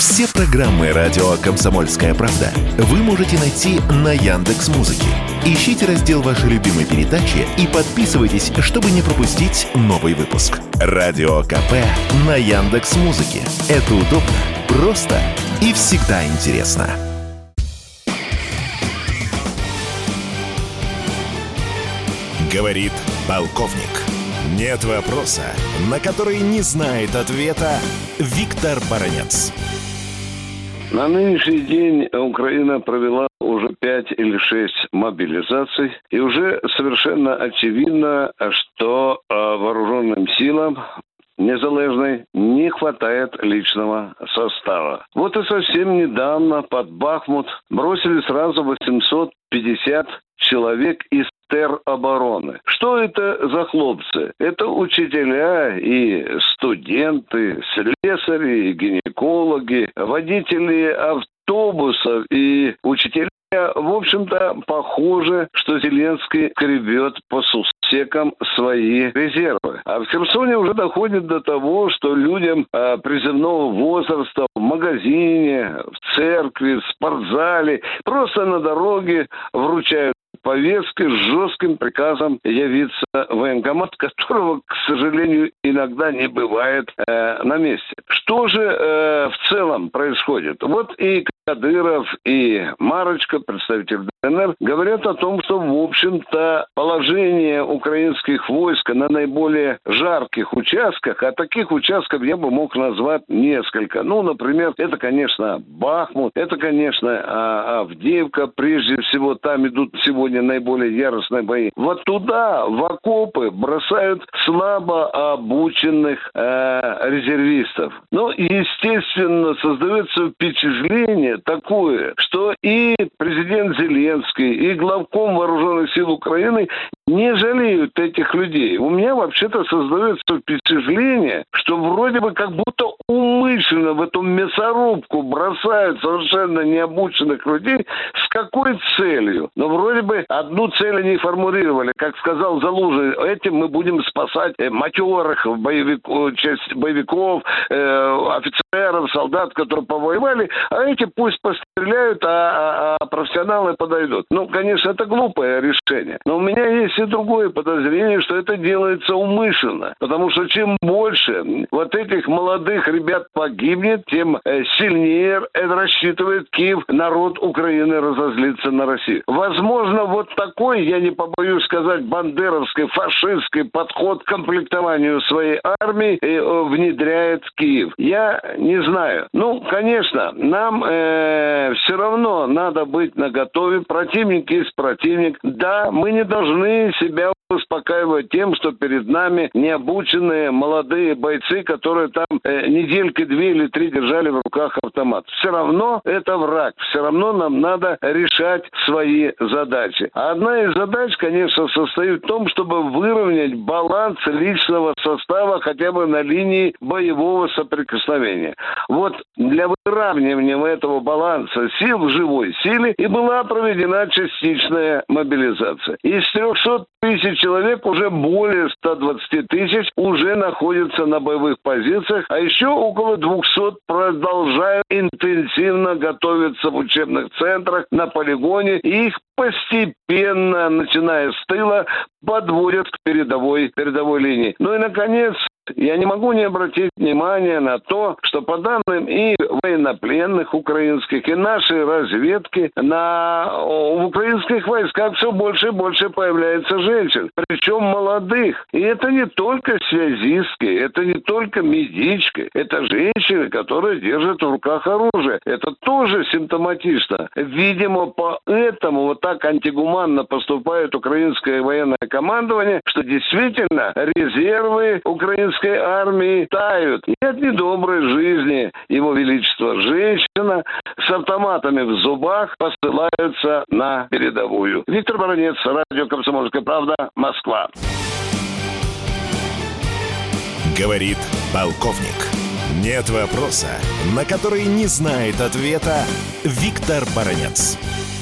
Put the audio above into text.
Все программы радио «Комсомольская правда» вы можете найти на Яндекс.Музыке. Ищите раздел вашей любимой передачи и подписывайтесь, чтобы не пропустить новый выпуск. Радио КП на Яндекс.Музыке. Это удобно, просто и всегда интересно. Говорит полковник. Нет вопроса, на который не знает ответа Виктор Баранец. На нынешний день Украина провела уже 5 или 6 мобилизаций. И уже совершенно очевидно, что вооруженным силам Незалежной не хватает личного состава. Вот и совсем недавно под Бахмут бросили сразу 850 человек из теробороны. Что это за хлопцы? Это учителя и студенты, слесари, гинекологи, водители автобусов и учителя. В общем-то, похоже, что Зеленский скребет по сусекам свои резервы. А в Херсоне уже доходит до того, что людям призывного возраста в магазине, в церкви, в спортзале, просто на дороге вручают повестки с жестким приказом явиться в военкомат, которого, к сожалению, иногда не бывает на месте. Что же в целом происходит? Вот и Кадыров, и Марочка, представитель ДНР, говорят о том, что, в общем-то, положение украинских войск на наиболее жарких участках, а таких участков я бы мог назвать несколько. Ну, например, это, конечно, Бахмут, это, конечно, Авдеевка, прежде всего, там идут сегодня наиболее яростные бои. Вот туда, в окопы, бросают слабо обученных резервистов. Ну, естественно, создается впечатление такое, что и президент Зеленский, и главком вооруженных сил Украины не жалеют этих людей. У меня вообще-то создается впечатление, что вроде бы как будто умышленно в эту мясорубку бросают совершенно необученных людей. С какой целью? Но вроде бы одну цель они формулировали. Как сказал Залужный, этим мы будем спасать матерых боевиков, офицеров, солдат, которые повоевали, а эти пусть постреляют, а профессионалы подойдут. Ну, конечно, это глупое решение. Но у меня есть и другое подозрение, что это делается умышленно. Потому что чем больше вот этих молодых ребят погибнет, тем сильнее рассчитывает Киев, народ Украины разозлится на Россию. Возможно, вот такой, я не побоюсь сказать, бандеровский, фашистский подход к комплектованию своей армии внедряет Киев. Я не знаю. Ну, конечно, нам все равно надо быть наготове. Противник есть противник. Да, мы не должны себя успокаивать тем, что перед нами необученные молодые бойцы, которые там недельки 2 или 3 держали в руках автомат. Все равно это враг. Все равно нам надо решать свои задачи. А одна из задач, конечно, состоит в том, чтобы выровнять баланс личного состава хотя бы на линии боевого соприкосновения. Вот для выравнивания этого баланса сил в живой силе и была проведена частичная мобилизация. Из 300 тысяч человек уже более 120 тысяч уже находятся на боевых позициях, а еще около 200 продолжают интенсивно готовиться в учебных центрах, на полигоне, и их постепенно, начиная с тыла, подводят к передовой линии. Ну и, наконец, я не могу не обратить внимание на то, что по данным и военнопленных украинских, и нашей разведки, в украинских войсках все больше и больше появляется женщин, причем молодых. И это не только связистки, это не только медички, это женщины, которые держат в руках оружие. Это тоже симптоматично. Видимо, поэтому вот так антигуманно поступает украинское военное командование, что действительно резервы украинской армии тают. И от недоброй жизни его величество женщина с автоматами в зубах посылаются на передовую. Виктор Баранец, радио «Комсомольская правда», Москва. Говорит полковник. Нет вопроса, на который не знает ответа Виктор Баранец.